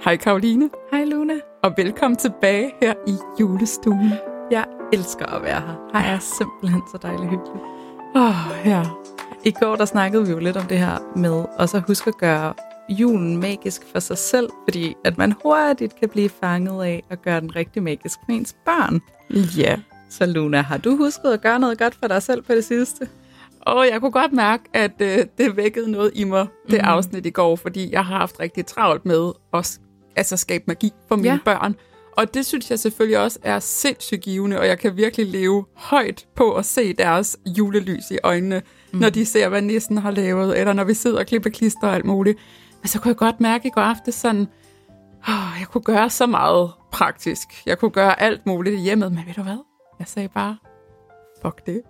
Hej Karoline. Hej Luna. Og velkommen tilbage her i julestuen. Jeg elsker at være her. Her er simpelthen så dejligt hyggeligt. Ja. I går der snakkede vi jo lidt om det her med at så huske at gøre julen magisk for sig selv, fordi at man hurtigt kan blive fanget af at gøre den rigtig magisk med ens børn. Ja. Så Luna, har du husket at gøre noget godt for dig selv på det sidste? Jeg kunne godt mærke, at det vækkede noget i mig, det afsnit i går, fordi jeg har haft rigtig travlt med at skabe magi for mine børn. Og det synes jeg selvfølgelig også er sindssygt givende, og jeg kan virkelig leve højt på at se deres julelys i øjnene, når de ser, hvad nissen har lavet, eller når vi sidder og klipper klister og alt muligt. Men så kunne jeg godt mærke i går aftes sådan, jeg kunne gøre så meget praktisk. Jeg kunne gøre alt muligt i hjemmet, men ved du hvad? Jeg sagde bare, fuck det.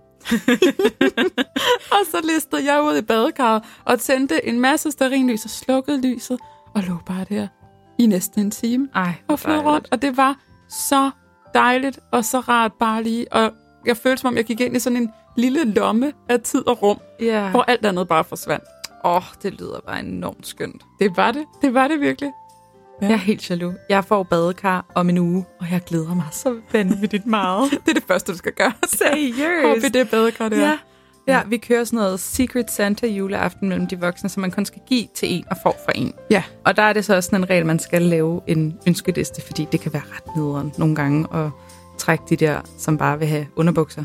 Og så listede jeg ud i badekarret og tændte en masse stearinlys og slukkede lyset og lå bare der i næsten en time og flød rundt. Og det var så dejligt og så rart bare lige. Og jeg følte, som om jeg gik ind i sådan en lille lomme af tid og rum, hvor alt andet bare forsvandt. Det lyder bare enormt skønt. Det var det. Det var det virkelig. Ja. Jeg er helt jaloux. Jeg får badekar om en uge, og jeg glæder mig så vanvittigt meget. Det er det første, du skal gøre. Seriøst? Håber vi det badekar der. Ja, vi kører sådan noget Secret Santa juleaften mellem de voksne, som man kun skal give til en og får for en. Ja. Og der er det så også sådan en regel, man skal lave en ønskeliste, fordi det kan være ret nederen nogle gange at trække de der, som bare vil have underbukser.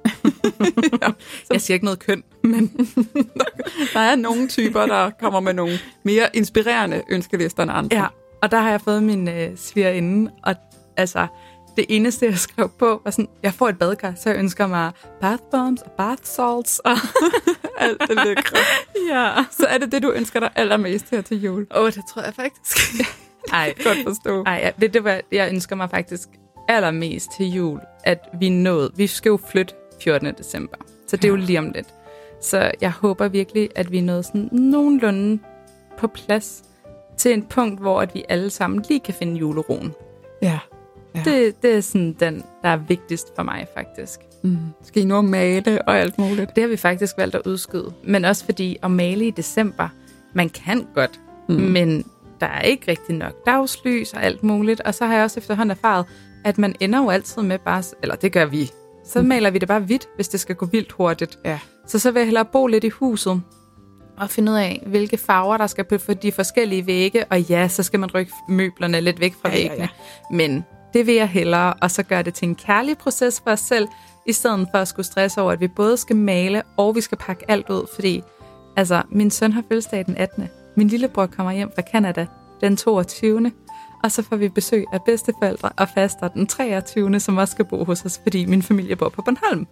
Jeg siger ikke noget køn, men der er nogle typer, der kommer med nogle mere inspirerende ønskelister end andre. Ja, og der har jeg fået min svigerinde, og altså det eneste, jeg skrev på, var sådan, jeg får et badekar, så jeg ønsker mig bath bombs og bath salts og alt det lækre. Ja. Så er det, du ønsker dig allermest her til jul? Det tror jeg faktisk. Ej, godt forstå. Ej, det var, jeg ønsker mig faktisk allermest til jul, at vi skal jo flytte 14. december, så det er jo lige om lidt. Så jeg håber virkelig, at vi er nået sådan nogenlunde på plads til en punkt, hvor at vi alle sammen lige kan finde juleroen. Ja. Det er sådan den, der er vigtigst for mig, faktisk. Skal I nu male og alt muligt? Det har vi faktisk valgt at udskyde. Men også fordi at male i december, man kan godt, men der er ikke rigtig nok dagslys og alt muligt. Og så har jeg også efterhånden erfaret, at man ender jo altid med bare, eller det gør vi, så maler vi det bare hvidt, hvis det skal gå vildt hurtigt. Ja. Så vil jeg hellere bo lidt i huset og finde ud af, hvilke farver der skal på for de forskellige vægge. Og ja, så skal man rykke møblerne lidt væk fra væggene. Ja. Men det vil jeg hellere, og så gøre det til en kærlig proces for os selv, i stedet for at skulle stresse over, at vi både skal male, og vi skal pakke alt ud. Fordi altså, min søn har fødselsdag den 18. Min lillebror kommer hjem fra Canada den 22. Og så får vi besøg af bedsteforældre og faster den 23. som også skal bo hos os, fordi min familie bor på Bornholm.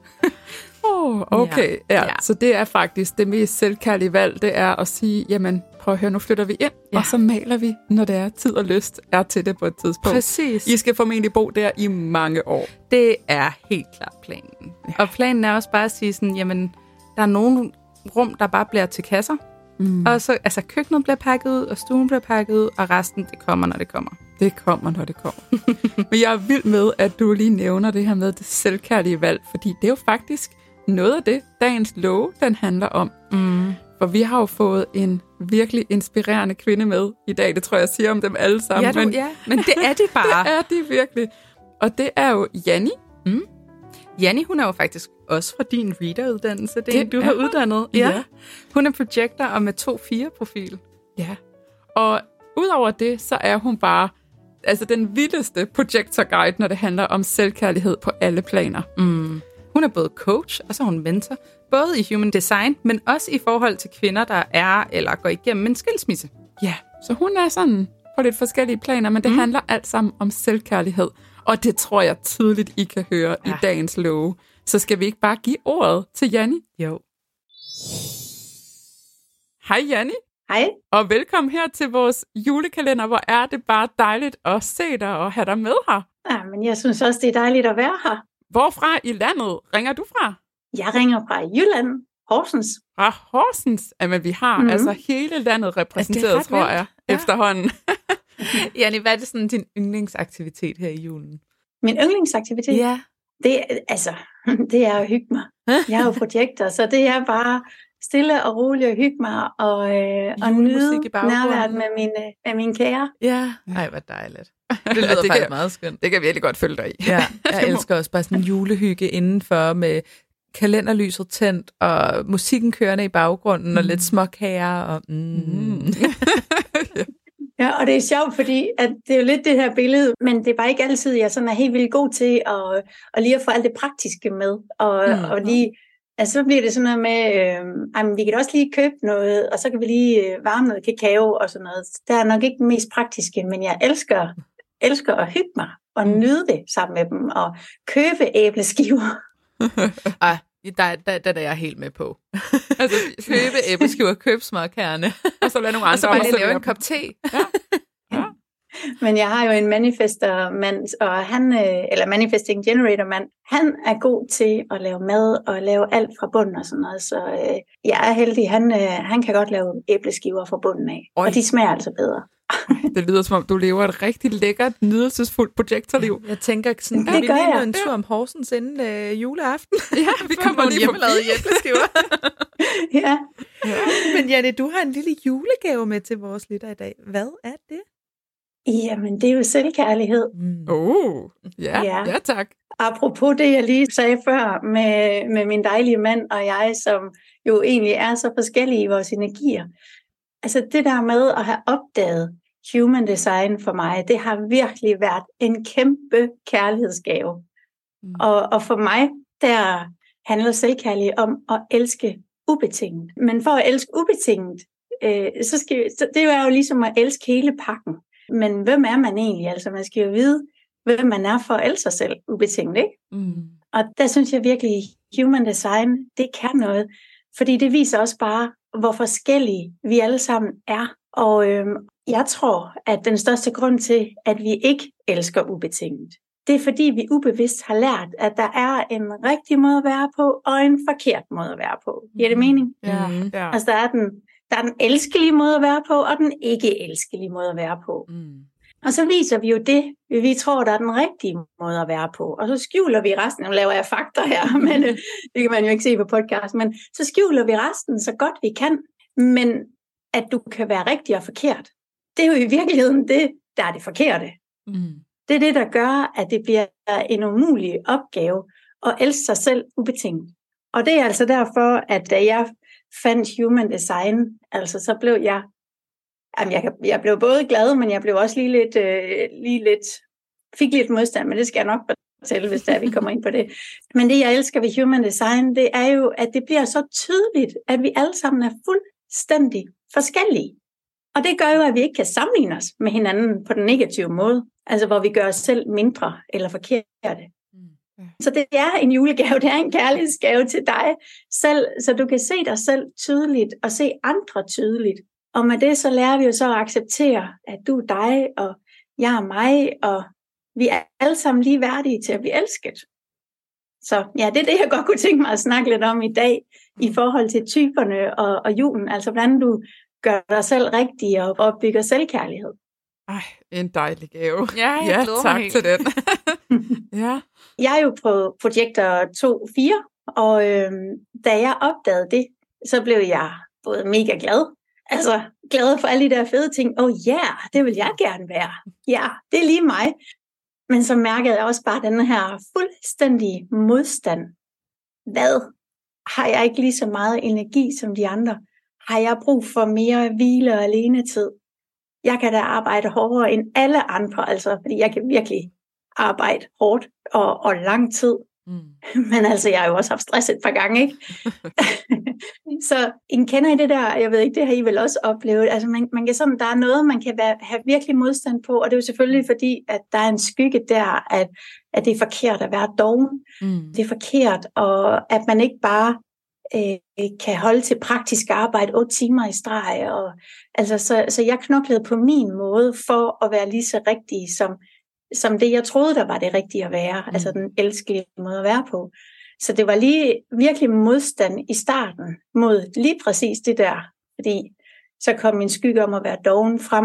Okay. Ja. Så det er faktisk det mest selvkærlige valg, det er at sige, jamen prøv at høre, nu flytter vi ind, og så maler vi, når det er tid og lyst er til det på et tidspunkt. Præcis. I skal formentlig bo der i mange år. Det er helt klart planen. Ja. Og planen er også bare at sige sådan, jamen der er nogle rum, der bare bliver til kasser. Og så altså køkkenet bliver pakket ud, og stuen bliver pakket ud, og resten, det kommer, når det kommer. Det kommer, når det kommer. Men jeg er vild med, at du lige nævner det her med det selvkærlige valg, fordi det er jo faktisk noget af det, dagens love, den handler om. For vi har jo fået en virkelig inspirerende kvinde med i dag. Det tror jeg siger om dem alle sammen. Men det er de bare. Det er de virkelig. Og det er jo Janni. Janni, hun er jo faktisk også fra din readeruddannelse. Det du har uddannet. Ja. Hun er projektor og med 2-4-profil. Ja. Og udover det, så er hun bare den vildeste projektorguide, når det handler om selvkærlighed på alle planer. Hun er både coach, og så er hun mentor. Både i human design, men også i forhold til kvinder, der er eller går igennem en skilsmisse. Ja, så hun er sådan på lidt forskellige planer, men det handler alt sammen om selvkærlighed. Og det tror jeg tydeligt, I kan høre i dagens love. Så skal vi ikke bare give ordet til Janni? Jo. Hej Janni. Hej. Og velkommen her til vores julekalender, hvor er det bare dejligt at se dig og have dig med her. Ja, men jeg synes også, det er dejligt at være her. Hvorfra i landet ringer du fra? Jeg ringer fra Jylland, Horsens. Fra Horsens? Jamen, vi har hele landet repræsenteret, tror jeg, efterhånden. Janni, hvad er det sådan din yndlingsaktivitet her i julen? Min yndlingsaktivitet? Ja. Det er at hygge mig. Jeg er jo projekter, så det er bare stille og roligt og hygge mig og nyde nærværet med mine kære. Ja, ej, hvor dejligt. Det lyder faktisk meget skønt. Det kan jeg virkelig godt følge dig i. Ja, jeg elsker også bare sådan en julehygge indenfor med kalenderlyset tændt og musikken kørende i baggrunden og lidt småkager og Ja, og det er sjovt, fordi at det er jo lidt det her billede, men det er bare ikke altid, jeg sådan er helt vildt god til at lige at få alt det praktiske med. Og lige, altså så bliver det sådan noget med, vi kan også lige købe noget, og så kan vi lige varme noget kakao og sådan noget. Det er nok ikke det mest praktiske, men jeg elsker at hygge mig og nyde det sammen med dem og købe æbleskiver. Der er jeg helt med på. Altså, købe æbleskiver, købe småkærne. Og så lade nogle andre. Og så bare lige lave en kop te. Ja. Men jeg har jo en manifestor-mand, og eller manifesting generator-mand, han er god til at lave mad og lave alt fra bunden og sådan noget. Så jeg er heldig, han kan godt lave æbleskiver fra bunden af. Oj. Og de smager altså bedre. Det lyder som om, du lever et rigtig lækkert, nydelsesfuldt projektorliv. Jeg tænker sådan, vi lige en tur om Horsens inden juleaften. Ja, vi kommer lige hjemmelavet æbleskiver. Ja. Men Janne, du har en lille julegave med til vores lytter i dag. Hvad er det? Jamen, det er jo selvkærlighed. Ja, tak. Apropos det, jeg lige sagde før med min dejlige mand og jeg, som jo egentlig er så forskellige i vores energier. Altså det der med at have opdaget human design for mig, det har virkelig været en kæmpe kærlighedsgave. Og for mig, der handler selvkærlighed om at elske ubetinget. Men for at elske ubetinget, så det er jo ligesom at elske hele pakken. Men hvem er man egentlig? Altså man skal jo vide, hvem man er for at elske sig selv ubetinget, ikke? Og der synes jeg virkelig, human design, det kan noget. Fordi det viser også bare, hvor forskellige vi alle sammen er. Og jeg tror, at den største grund til, at vi ikke elsker ubetinget, det er fordi, vi ubevidst har lært, at der er en rigtig måde at være på, og en forkert måde at være på. Giver det mening? Ja. Altså, der er den elskelige måde at være på, og den ikke elskelige måde at være på. Og så viser vi jo det, vi tror, der er den rigtige måde at være på. Og så skjuler vi resten. Nu laver jeg fakter her, men det kan man jo ikke se på podcast. Men så skjuler vi resten så godt vi kan. Men at du kan være rigtig og forkert, det er jo i virkeligheden det, der er det forkerte. Det er det, der gør, at det bliver en umulig opgave at elske sig selv ubetinget. Og det er altså derfor, at da jeg fandt human design, altså så blev jeg blev både glad, men jeg blev også fik lidt modstand, men det skal jeg nok fortælle, hvis vi kommer ind på det. Men det, jeg elsker ved human design, det er jo, at det bliver så tydeligt, at vi alle sammen er fuldstændig forskellige. Og det gør jo, at vi ikke kan sammenligne os med hinanden på den negative måde, altså hvor vi gør os selv mindre eller forkerte. Så det er en julegave, det er en kærlighedsgave til dig selv, så du kan se dig selv tydeligt og se andre tydeligt. Og med det så lærer vi jo så at acceptere, at du er dig, og jeg er mig, og vi er alle sammen lige værdige til at blive elsket. Så ja, det er det, jeg godt kunne tænke mig at snakke lidt om i dag, i forhold til typerne og julen. Altså hvordan du gør dig selv rigtig og opbygger selvkærlighed. Ej, en dejlig gave. Ja, tak til den. Ja. Jeg er jo på projektor 2-4, og da jeg opdagede det, så blev jeg både mega glad, altså glad for alle de der fede ting. Det vil jeg gerne være. Ja, det er lige mig. Men så mærkede jeg også bare den her fuldstændige modstand. Hvad? Har jeg ikke lige så meget energi som de andre? Har jeg brug for mere hvile og alenetid? Jeg kan da arbejde hårdere end alle andre, altså, fordi jeg kan virkelig arbejde hårdt og lang tid. Men altså, jeg har jo også haft stress et par gange, ikke? Så I kender I det der, jeg ved ikke, det har I vel også oplevet, altså man kan sådan, der er noget, man kan have virkelig modstand på, og det er jo selvfølgelig fordi, at der er en skygge der, at det er forkert at være doven. Det er forkert, og at man ikke bare kan holde til praktisk arbejde 8 timer i streg. Og, altså, så jeg knoklede på min måde for at være lige så rigtig som det, jeg troede, der var det rigtige at være. Altså den elskelige måde at være på. Så det var lige virkelig modstand i starten mod lige præcis det der. Fordi så kom min skygge om at være doven frem.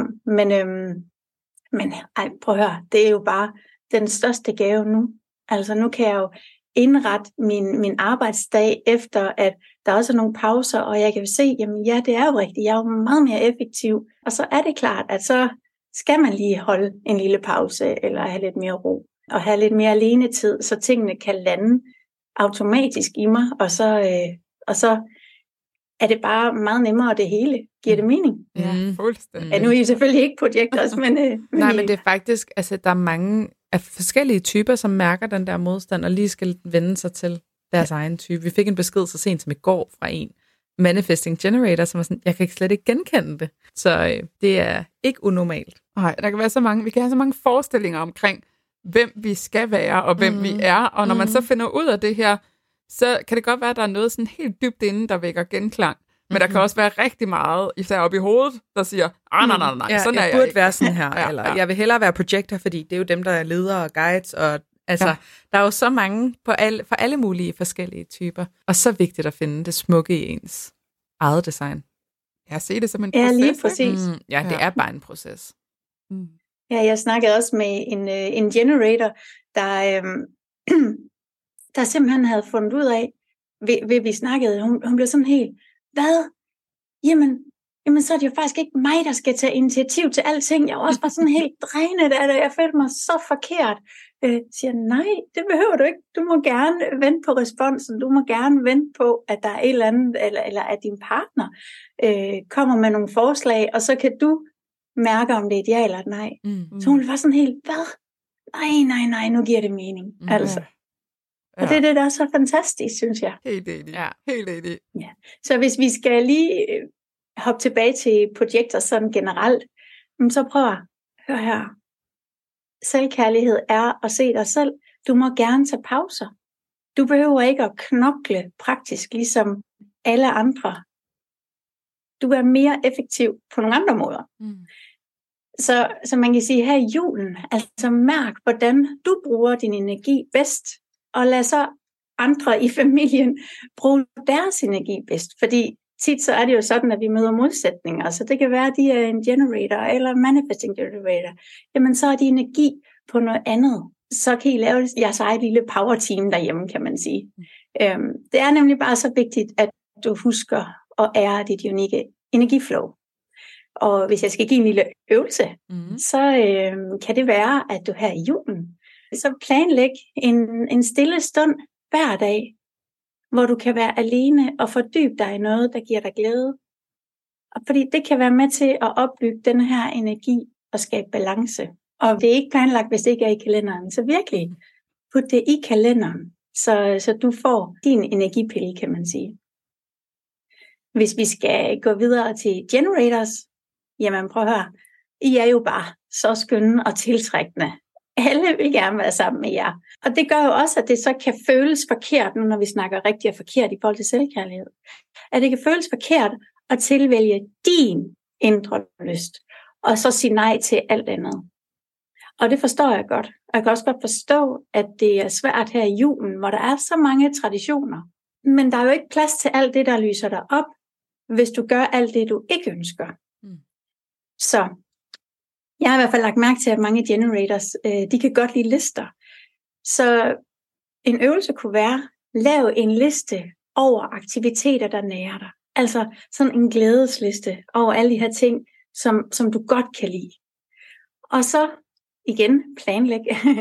Men prøv at høre, det er jo bare den største gave nu. Altså nu kan jeg jo indrette min arbejdsdag efter, at der også er nogle pauser, og jeg kan se, jamen ja, det er jo rigtigt, jeg er jo meget mere effektiv. Og så er det klart, at så skal man lige holde en lille pause, eller have lidt mere ro, og have lidt mere alenetid, så tingene kan lande automatisk i mig, og så er det bare meget nemmere, det hele. Giver det mening? Ja, fuldstændig. Ja, nu er I selvfølgelig ikke projectors, men... Nej, men det er faktisk, altså der er mange af forskellige typer, som mærker den der modstand, og lige skal vende sig til deres egen type. Vi fik en besked så sent som i går fra en manifesting generator, som var sådan, jeg kan slet ikke genkende det. Så det er ikke unormalt. Nej, der kan være så mange, vi kan have så mange forestillinger omkring, hvem vi skal være, og hvem vi er. Og når man så finder ud af det her, så kan det godt være, at der er noget sådan helt dybt inde, der vækker genklang. Men der kan også være rigtig meget, især oppe i hovedet, der siger, nej, ja, sådan er jeg burde ikke. være sådan her, eller jeg vil hellere være projector, fordi det er jo dem, der er ledere og guides, og altså, der er jo så mange for alle mulige forskellige typer. Og så vigtigt at finde det smukke i ens eget design. Jeg ser det som en proces. Ja, lige præcis. Det er bare en proces. Ja, jeg snakkede også med en generator, der simpelthen havde fundet ud af, ved vi snakkede, hun blev sådan helt, hvad? Jamen, så er det jo faktisk ikke mig, der skal tage initiativ til alting. Jeg var også bare sådan helt drænet af det. Jeg følte mig så forkert. Siger, nej, det behøver du ikke. Du må gerne vente på responsen. Du må gerne vente på, at der er et eller andet, eller at din partner kommer med nogle forslag, og så kan du mærke, om det er et ja eller et nej. Så hun var sådan helt, hvad? Nej, nu giver det mening. Altså. Og det er det, der er så fantastisk, synes jeg. Helt enig. Ja. Helt enig. Ja. Så hvis vi skal lige hoppe tilbage til projekter sådan generelt, så prøv at høre her. Selvkærlighed er at se dig selv. Du må gerne tage pauser. Du behøver ikke at knokle praktisk, ligesom alle andre. Du er mere effektiv på nogle andre måder. Så man kan sige, her i julen, altså mærk, hvordan du bruger din energi bedst, og lad så andre i familien bruge deres energi bedst. Fordi tit så er det jo sådan, at vi møder modsætninger. Så det kan være, at de er en generator eller manifesting generator. Jamen så er de energi på noget andet. Så kan I lave jeres eget lille power team derhjemme, kan man sige. Det er nemlig bare så vigtigt, at du husker at ære dit unikke energiflow. Og hvis jeg skal give en lille øvelse, så kan det være, at du her i julen, så planlæg en stille stund hver dag, hvor du kan være alene og fordybe dig i noget, der giver dig glæde. Og fordi det kan være med til at opbygge den her energi og skabe balance. Og det er ikke planlagt, hvis det ikke er i kalenderen. Så virkelig, put det i kalenderen, så du får din energipille, kan man sige. Hvis vi skal gå videre til generators, jamen prøv at høre, I er jo bare så skønne og tiltrækkende. Alle vil gerne være sammen med jer. Og det gør jo også, at det så kan føles forkert, nu når vi snakker rigtigt og forkert i forhold til selvkærlighed. At det kan føles forkert at tilvælge din indre lyst, og så sige nej til alt andet. Og det forstår jeg godt. Og jeg kan også godt forstå, at det er svært her i julen, hvor der er så mange traditioner. Men der er jo ikke plads til alt det, der lyser dig op, hvis du gør alt det, du ikke ønsker. Så jeg har i hvert fald lagt mærke til, at mange generators, de kan godt lide lister. Så en øvelse kunne være, lav en liste over aktiviteter, der nærer dig. Altså sådan en glædesliste over alle de her ting, som du godt kan lide. Og så igen planlæg.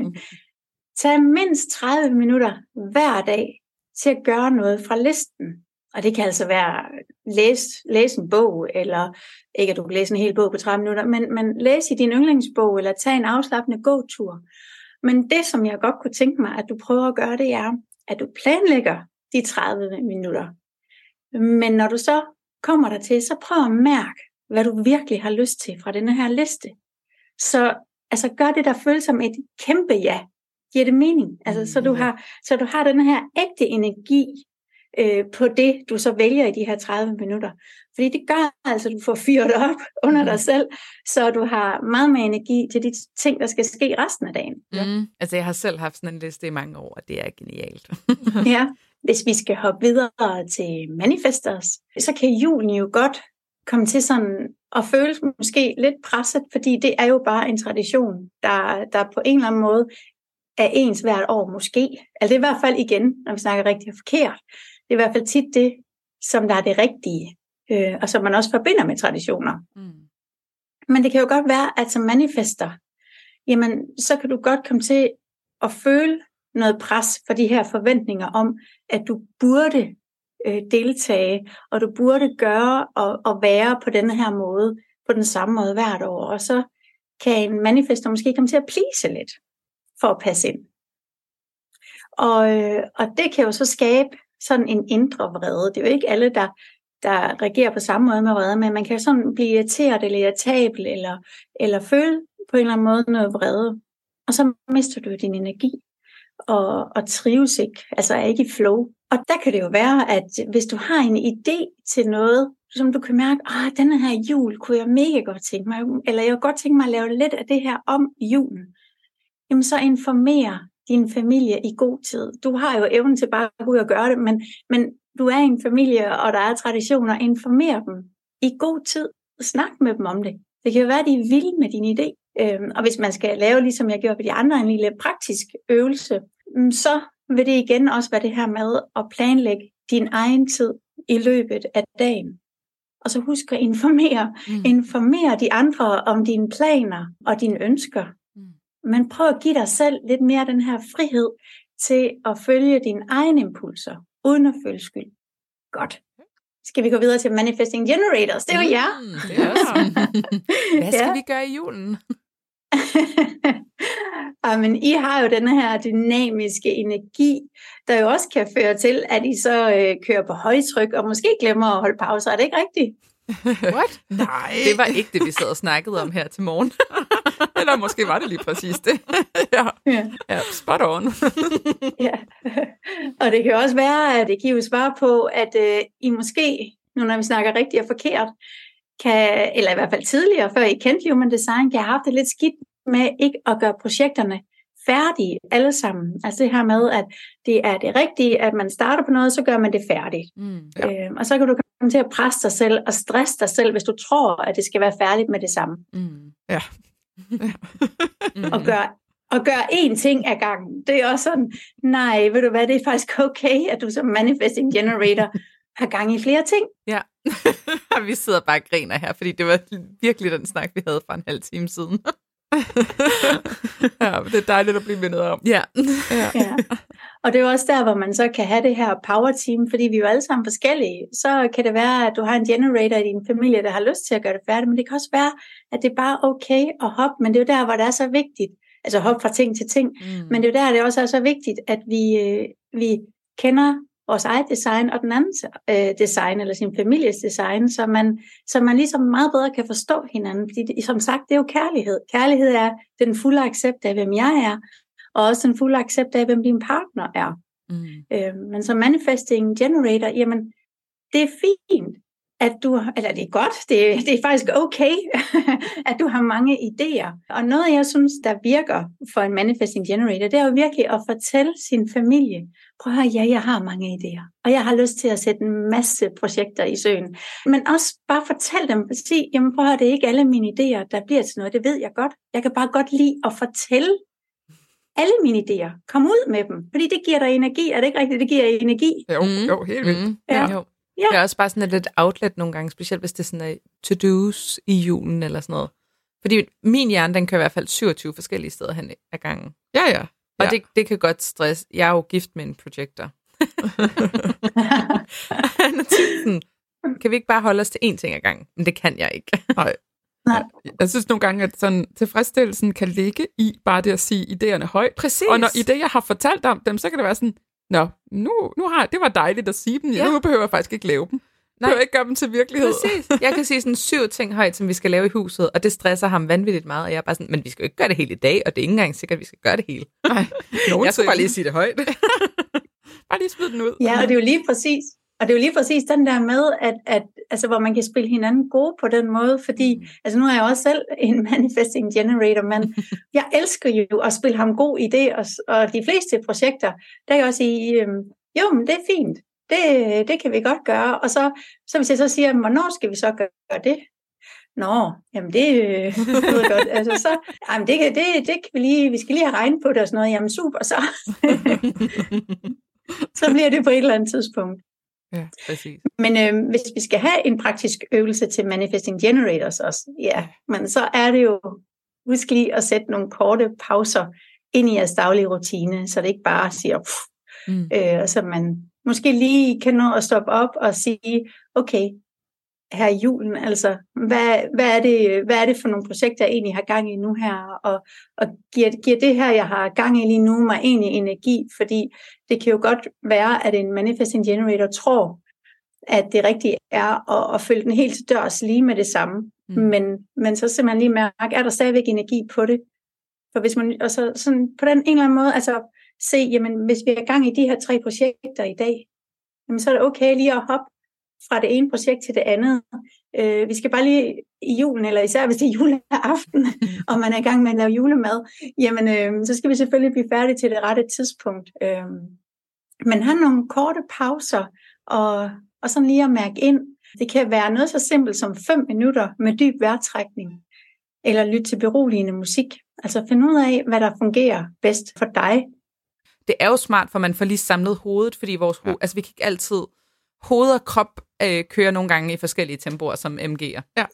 Tag mindst 30 minutter hver dag til at gøre noget fra listen. Og det kan altså være læse en bog, eller ikke at du kan læse en hel bog på 30 minutter, men læse i din yndlingsbog, eller tage en afslappende gåtur. Men det, som jeg godt kunne tænke mig, at du prøver at gøre, det er, at du planlægger de 30 minutter. Men når du så kommer der til, så prøv at mærke, hvad du virkelig har lyst til fra denne her liste. Så altså, gør det, der føles som et kæmpe ja. Giver det mening? Altså, så du har den her ægte energi på det, du så vælger i de her 30 minutter. Fordi det gør altså, at du får fyret op under dig selv, så du har meget mere energi til de ting, der skal ske resten af dagen. Altså, jeg har selv haft sådan en liste i mange år, og det er genialt. Ja, hvis vi skal hoppe videre til manifestors, så kan julen jo godt komme til sådan at føles måske lidt presset, fordi det er jo bare en tradition, der på en eller anden måde er ens hvert år måske. Altså det er i hvert fald igen, når vi snakker rigtigt og forkert. Det er i hvert fald tit det, som der er det rigtige, og som man også forbinder med traditioner. Men det kan jo godt være, at som manifester, jamen så kan du godt komme til at føle noget pres for de her forventninger om, at du burde deltage, og du burde gøre og være på denne her måde, på den samme måde hvert år. Og så kan en manifester måske komme til at please lidt, for at passe ind. Og det kan jo så skabe sådan en indre vrede. Det er jo ikke alle, der reagerer på samme måde med vrede, men man kan sådan blive irriteret eller irritabel, eller føle på en eller anden måde noget vrede. Og så mister du din energi, og trives ikke, altså er ikke i flow. Og der kan det jo være, at hvis du har en idé til noget, som du kan mærke, denne her jul kunne jeg mega godt tænke mig, eller jeg kunne godt tænke mig at lave lidt af det her om i julen, jamen så informer din familie i god tid. Du har jo evnen til bare at gå ud og gøre det, men du er i en familie, og der er traditioner, informer dem i god tid. Snak med dem om det. Det kan jo være, at de er vilde med din idé. Og hvis man skal lave, ligesom jeg gjorde ved de andre, en lille praktisk øvelse, så vil det igen også være det her med at planlægge din egen tid i løbet af dagen. Og så husk at informere de andre om dine planer og dine ønsker. Men prøv at give dig selv lidt mere den her frihed til at følge dine egne impulser, uden at føle skyld. Godt. Skal vi gå videre til Manifesting Generators? Det er jo jer. Det er også. Hvad skal vi gøre i julen? Men I har jo denne her dynamiske energi, der jo også kan føre til, at I så kører på højtryk, og måske glemmer at holde pauser. Er det ikke rigtigt? What? Nej. Det var ikke det, vi sad og snakkede om her til morgen. Eller måske var det lige præcis det. Ja, spot on. Ja. Og det kan også være, at det giver svar på, at I måske, nu når vi snakker rigtigt og forkert, eller i hvert fald tidligere, før I kendte Human Design, kan have haft det lidt skidt med ikke at gøre projekterne færdige alle sammen. Altså det her med, at det er det rigtige, at man starter på noget, så gør man det færdigt. Og så kan du komme til at presse dig selv og stresse dig selv, hvis du tror, at det skal være færdigt med det samme. Ja. Og gør én ting ad gangen. Det er også sådan, nej, ved du hvad, det er faktisk okay, at du som Manifesting Generator har gang i flere ting. Ja, vi sidder bare og griner her, fordi det var virkelig den snak, vi havde for en halv time siden. Ja, det er dejligt at blive mindet om. Ja. Og det er også der, hvor man så kan have det her power team, fordi vi er jo alle sammen forskellige. Så kan det være, at du har en generator i din familie, der har lyst til at gøre det færdigt, men det kan også være, at det er bare okay at hoppe, men det er jo der, hvor det er så vigtigt, altså hoppe fra ting til ting, men det er jo der, det også er så vigtigt, at vi kender vores eget design og den andens design, eller sin families design, så man ligesom meget bedre kan forstå hinanden. Fordi som sagt, det er jo kærlighed. Kærlighed er den fulde accept af, hvem jeg er, og også den fulde accept af, hvem din partner er. Men som Manifesting Generator, jamen, det er fint, at du, eller det er godt, det er faktisk okay, at du har mange idéer. Og noget, jeg synes, der virker for en Manifesting Generator, det er jo virkelig at fortælle sin familie, prøv at høre, ja, jeg har mange idéer, og jeg har lyst til at sætte en masse projekter i søen. Men også bare fortæl dem, sige, jamen prøv at høre, det er ikke alle mine idéer, der bliver til noget, det ved jeg godt. Jeg kan bare godt lide at fortælle alle mine idéer. Kom ud med dem, fordi det giver dig energi. Er det ikke rigtigt, det giver energi? Jo, helt vildt. Ja. Jo. Ja. Det er også bare sådan et lidt outlet nogle gange, specielt hvis det er sådan et to-dos i julen eller sådan noget. Fordi min hjerne, den kan i hvert fald 27 forskellige steder hen ad gangen. Ja. Og det kan godt stresse. Jeg er jo gift med en projektor. Kan vi ikke bare holde os til én ting ad gangen? Men det kan jeg ikke. Nej. Jeg synes nogle gange, at sådan, tilfredsstillelsen kan ligge i bare det at sige idéerne højt. Præcis. Og når jeg har fortalt om dem, så kan det være sådan, det var dejligt at sige dem. Nu behøver jeg faktisk ikke lave dem. Jeg behøver ikke gøre dem til virkelighed. Præcis. Jeg kan sige sådan 7 ting højt, som vi skal lave i huset, og det stresser ham vanvittigt meget. Og jeg er bare sådan, men vi skal jo ikke gøre det hele i dag, og det er ikke engang sikkert, at vi skal gøre det hele. Nej. Jeg skal bare lige sige det højt. Bare lige smide den ud. Ja, og det er jo lige præcis. Og det er jo lige præcis den der med, at altså, hvor man kan spille hinanden gode på den måde, fordi altså, nu er jeg også selv en Manifesting Generator, men jeg elsker jo at spille ham god i det, og de fleste projekter, der kan jeg også sige, jo, men det er fint, det kan vi godt gøre, og så hvis jeg så siger, hvornår skal vi så gøre det? Nå, jamen det lyder godt. Altså så, jamen det kan vi skal lige have regnet på det og sådan noget. Jamen super, så. Så bliver det på et eller andet tidspunkt. Ja, præcis. Men hvis vi skal have en praktisk øvelse til Manifesting Generators også, ja, men så er det jo, husk lige at sætte nogle korte pauser ind i jeres daglige rutine, så det ikke bare siger, og så man måske lige kan nå at stoppe op og sige, okay, her i julen, altså, hvad er det for nogle projekter, jeg egentlig har gang i nu her, og giver det her, jeg har gang i lige nu, mig egentlig energi, fordi det kan jo godt være, at en Manifesting Generator tror, at det rigtige er at følge den helt til dørs lige med det samme, men så simpelthen lige mærke, er der stadigvæk energi på det? For hvis man, og så sådan på den en eller anden måde, altså se, jamen hvis vi er gang i de her 3 projekter i dag, jamen så er det okay lige at hoppe fra det ene projekt til det andet. Vi skal bare lige i julen, eller især hvis det er juleaften, og man er i gang med at lave julemad, jamen så skal vi selvfølgelig blive færdige til det rette tidspunkt. Men have nogle korte pauser, og sådan lige at mærke ind. Det kan være noget så simpelt som 5 minutter med dyb vejrtrækning, eller lytte til beroligende musik. Altså finde ud af, hvad der fungerer bedst for dig. Det er jo smart, for man får lige samlet hovedet, fordi vores altså vi kan ikke altid, hoved og krop kører nogle gange i forskellige tempoer som MG'er. Ja.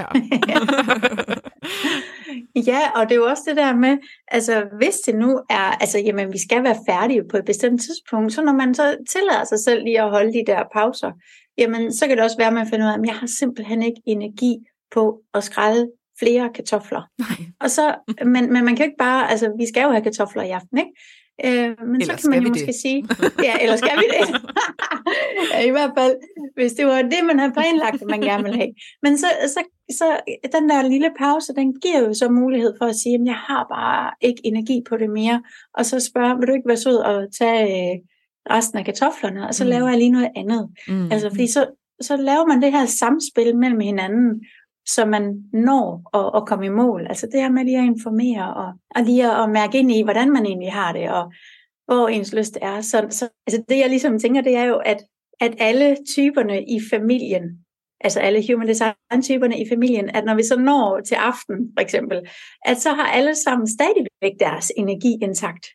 Ja, og det er jo også det der med, altså hvis det nu er, altså jamen vi skal være færdige på et bestemt tidspunkt, så når man så tillader sig selv lige at holde de der pauser, jamen så kan det også være, at man finder ud af, at jeg har simpelthen ikke energi på at skrælle flere kartofler. Nej. Og så, men man kan jo ikke bare, altså vi skal jo have kartofler i aften, ikke? Men eller så kan man jo måske sige, ja, eller skal vi det? Ja, i hvert fald, hvis det var det, man havde planlagt, at man gerne ville have. Men så den der lille pause, den giver jo så mulighed for at sige, at jeg har bare ikke energi på det mere. Og så spørge, vil du ikke være sød og tage resten af kartoflerne, og så laver jeg lige noget andet. Altså, fordi så laver man det her samspil mellem hinanden, så man når at komme i mål. Altså det her med lige at informere, og lige at mærke ind i, hvordan man egentlig har det, og hvor ens lyst er. Så altså det jeg ligesom tænker, det er jo, at alle typerne i familien, altså alle human design-typerne i familien, at når vi så når til aften, for eksempel, at så har alle sammen stadigvæk deres energi intakt.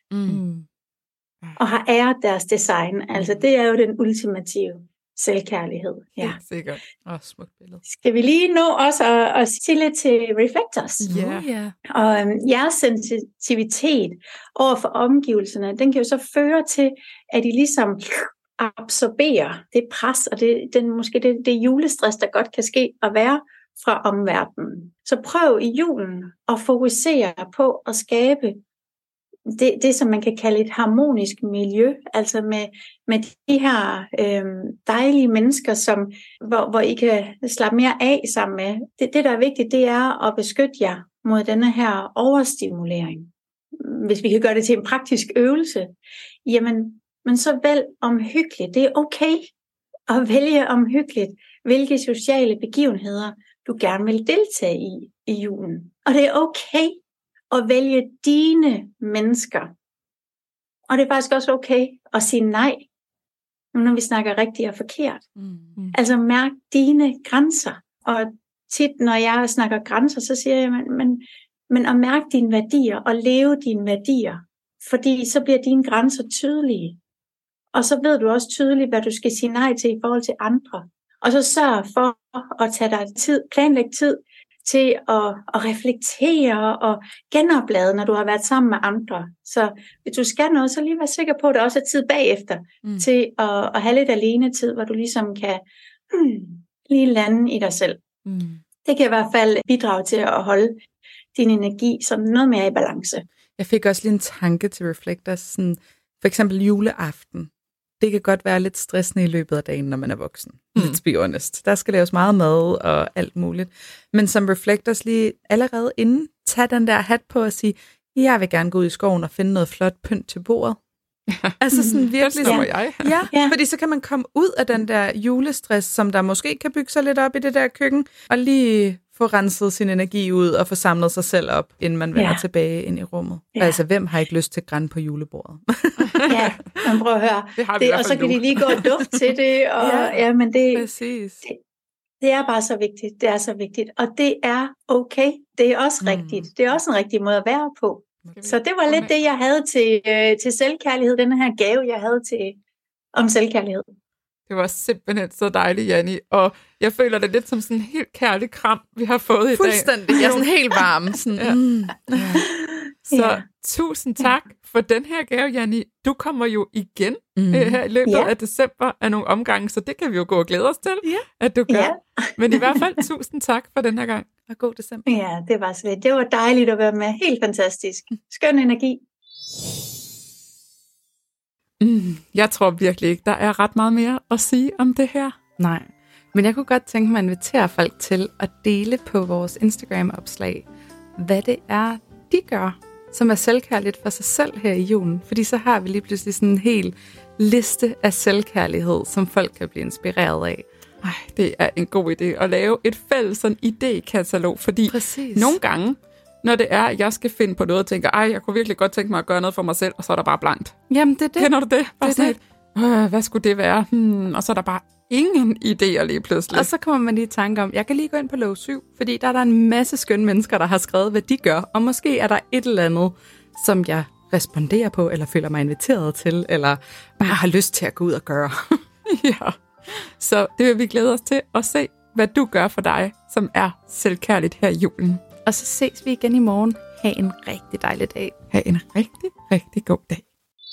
Og har æret deres design. Altså det er jo den ultimative selvkærlighed. Ja, sikkert. Smukt billede. Skal vi lige nå også at sige lidt til reflectors? Ja. Og jeres sensitivitet over for omgivelserne, den kan jo så føre til, at I ligesom absorberer det pres, og det julestress, der godt kan ske at være fra omverdenen. Så prøv i julen at fokusere på at skabe det, som man kan kalde et harmonisk miljø, altså med de her dejlige mennesker, hvor I kan slappe mere af sammen med. Det, der er vigtigt, det er at beskytte jer mod denne her overstimulering. Hvis vi kan gøre det til en praktisk øvelse, men så vælg omhyggeligt. Det er okay at vælge omhyggeligt, hvilke sociale begivenheder du gerne vil deltage i julen. Og det er okay at vælge dine mennesker. Og det er faktisk også okay at sige nej, når vi snakker rigtigt og forkert. Altså mærk dine grænser. Og tit, når jeg snakker grænser, så siger jeg, men at mærke dine værdier og leve dine værdier. Fordi så bliver dine grænser tydelige. Og så ved du også tydeligt, hvad du skal sige nej til i forhold til andre. Og så sørg for at tage dig tid, planlæg tid til at reflektere og genoplade, når du har været sammen med andre. Så hvis du skal noget, så lige vær sikker på, at der også er tid bagefter til at have lidt alene tid, hvor du ligesom kan lige lande i dig selv. Det kan i hvert fald bidrage til at holde din energi sådan noget mere i balance. Jeg fik også lige en tanke til reflectors, sådan for eksempel juleaften. Det kan godt være lidt stressende i løbet af dagen, når man er voksen. Let's be honest. Der skal laves meget mad og alt muligt. Men som reflectors lige allerede inden, tag den der hat på og sige, jeg vil gerne gå ud i skoven og finde noget flot pynt til bordet. Altså sådan virkelig sådan, ja, fordi så kan man komme ud af den der julestress, som der måske kan bygge sig lidt op i det der køkken, og lige få renset sin energi ud og få samlet sig selv op, inden man vender tilbage ind i rummet. Ja. Altså, hvem har ikke lyst til græn på julebordet? Ja, man prøver at høre. Det, og så kan de lige gå og dufte til det. Og, men det, præcis. Det er bare så vigtigt. Det er så vigtigt. Og det er okay. Det er også rigtigt. Det er også en rigtig måde at være på. Så det var lidt det, jeg havde til selvkærlighed. Den her gave, jeg havde om selvkærlighed. Det var simpelthen så dejligt, Janni. Og jeg føler det lidt som sådan en helt kærlig kram, vi har fået i dag. Fuldstændig. Jeg er sådan helt varm. Sådan. Så tusind tak for den her gave, Janni. Du kommer jo igen her i løbet af december af nogle omgange, så det kan vi jo gå og glæde os til, at du gør. Ja. Men i hvert fald tusind tak for den her gang. Og god december. Ja, det var slet. Det var dejligt at være med. Helt fantastisk. Skøn energi. Jeg tror virkelig ikke, der er ret meget mere at sige om det her. Nej, men jeg kunne godt tænke mig at invitere folk til at dele på vores Instagram-opslag, hvad det er, de gør, som er selvkærligt for sig selv her i julen. Fordi så har vi lige pludselig sådan en hel liste af selvkærlighed, som folk kan blive inspireret af. Ej, det er en god idé at lave et fælles sådan idékatalog, fordi nogle gange, når det er, at jeg skal finde på noget og tænker, jeg kunne virkelig godt tænke mig at gøre noget for mig selv, og så er der bare blankt. Jamen, det er det. Kender du det? Bare det sådan hvad skulle det være? Og så er der bare ingen idéer lige pludselig. Og så kommer man lige i tanke om, jeg kan lige gå ind på lov 7, fordi der er der en masse skønne mennesker, der har skrevet, hvad de gør, og måske er der et eller andet, som jeg responderer på, eller føler mig inviteret til, eller bare har lyst til at gå ud og gøre. Ja, så det vil vi glæde os til at se, hvad du gør for dig, som er selvkærligt her i julen. Og så ses vi igen i morgen. Ha' en rigtig dejlig dag. Ha' en rigtig, rigtig god dag.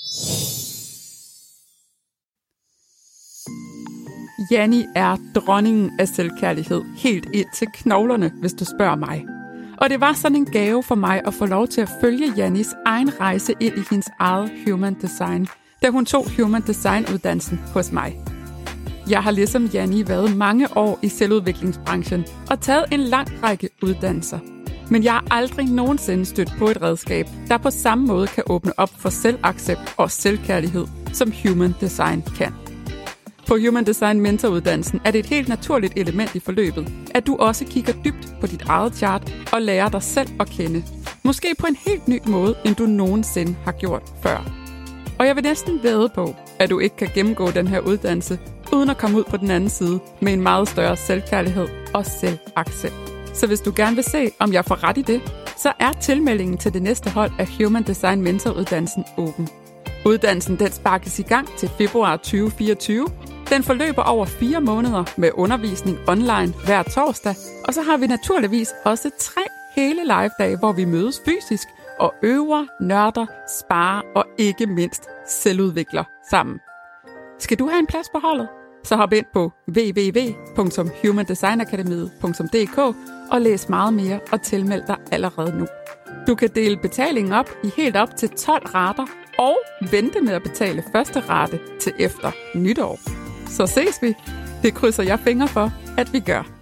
Janni er dronningen af selvkærlighed, helt ind til knoglerne, hvis du spørger mig. Og det var sådan en gave for mig at få lov til at følge Jannis egen rejse ind i hendes eget Human Design, da hun tog Human Design-uddannelsen hos mig. Jeg har ligesom Janni været mange år i selvudviklingsbranchen og taget en lang række uddannelser. Men jeg har aldrig nogensinde stødt på et redskab, der på samme måde kan åbne op for selvaccept og selvkærlighed, som Human Design kan. På Human Design mentoruddannelsen er det et helt naturligt element i forløbet, at du også kigger dybt på dit eget chart og lærer dig selv at kende. Måske på en helt ny måde, end du nogensinde har gjort før. Og jeg vil næsten vædde på, at du ikke kan gennemgå den her uddannelse, uden at komme ud på den anden side med en meget større selvkærlighed og selvaccept. Så hvis du gerne vil se, om jeg får ret i det, så er tilmeldingen til det næste hold af Human Design mentoruddannelsen åben. Uddannelsen den sparkes i gang til februar 2024. Den forløber over 4 måneder med undervisning online hver torsdag, og så har vi naturligvis også 3 hele live-dage, hvor vi mødes fysisk og øver, nørder, sparer og ikke mindst selvudvikler sammen. Skal du have en plads på holdet? Så hop ind på www.humandesignakademiet.dk og læs meget mere og tilmeld dig allerede nu. Du kan dele betalingen op i helt op til 12 rater og vente med at betale første rate til efter nytår. Så ses vi. Det krydser jeg fingre for, at vi gør.